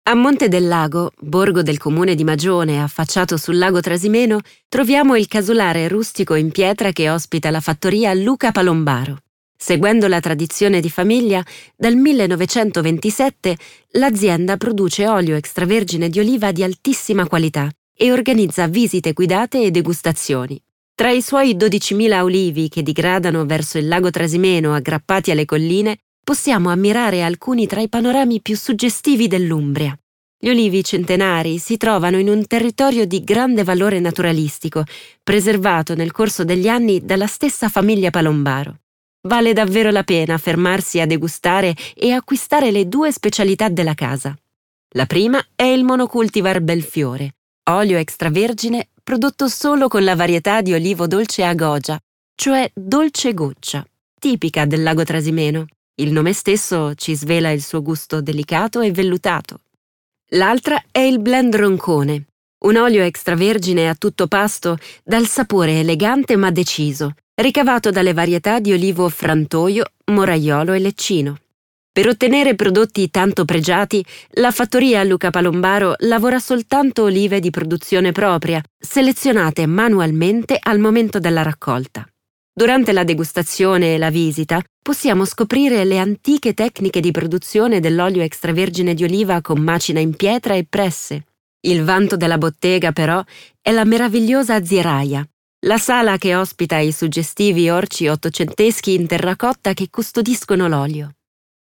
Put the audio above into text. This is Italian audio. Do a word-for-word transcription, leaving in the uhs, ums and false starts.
A Monte del Lago, borgo del comune di Magione affacciato sul lago Trasimeno, troviamo il casolare rustico in pietra che ospita la fattoria Luca Palombaro. Seguendo la tradizione di famiglia, dal millenovecentoventisette l'azienda produce olio extravergine di oliva di altissima qualità e organizza visite guidate e degustazioni. Tra i suoi dodicimila olivi che digradano verso il lago Trasimeno aggrappati alle colline, possiamo ammirare alcuni tra i panorami più suggestivi dell'Umbria. Gli olivi centenari si trovano in un territorio di grande valore naturalistico, preservato nel corso degli anni dalla stessa famiglia Palombaro. Vale davvero la pena fermarsi a degustare e acquistare le due specialità della casa. La prima è il monocultivar Belfiore, olio extravergine prodotto solo con la varietà di olivo dolce a goggia, cioè dolce goccia, tipica del lago Trasimeno. Il nome stesso ci svela il suo gusto delicato e vellutato. L'altra è il blend Roncone, un olio extravergine a tutto pasto dal sapore elegante ma deciso, ricavato dalle varietà di olivo frantoio, moraiolo e leccino. Per ottenere prodotti tanto pregiati, la fattoria Luca Palombaro lavora soltanto olive di produzione propria, selezionate manualmente al momento della raccolta. Durante la degustazione e la visita possiamo scoprire le antiche tecniche di produzione dell'olio extravergine di oliva con macina in pietra e presse. Il vanto della bottega, però, è la meravigliosa Zieraia, la sala che ospita i suggestivi orci ottocenteschi in terracotta che custodiscono l'olio.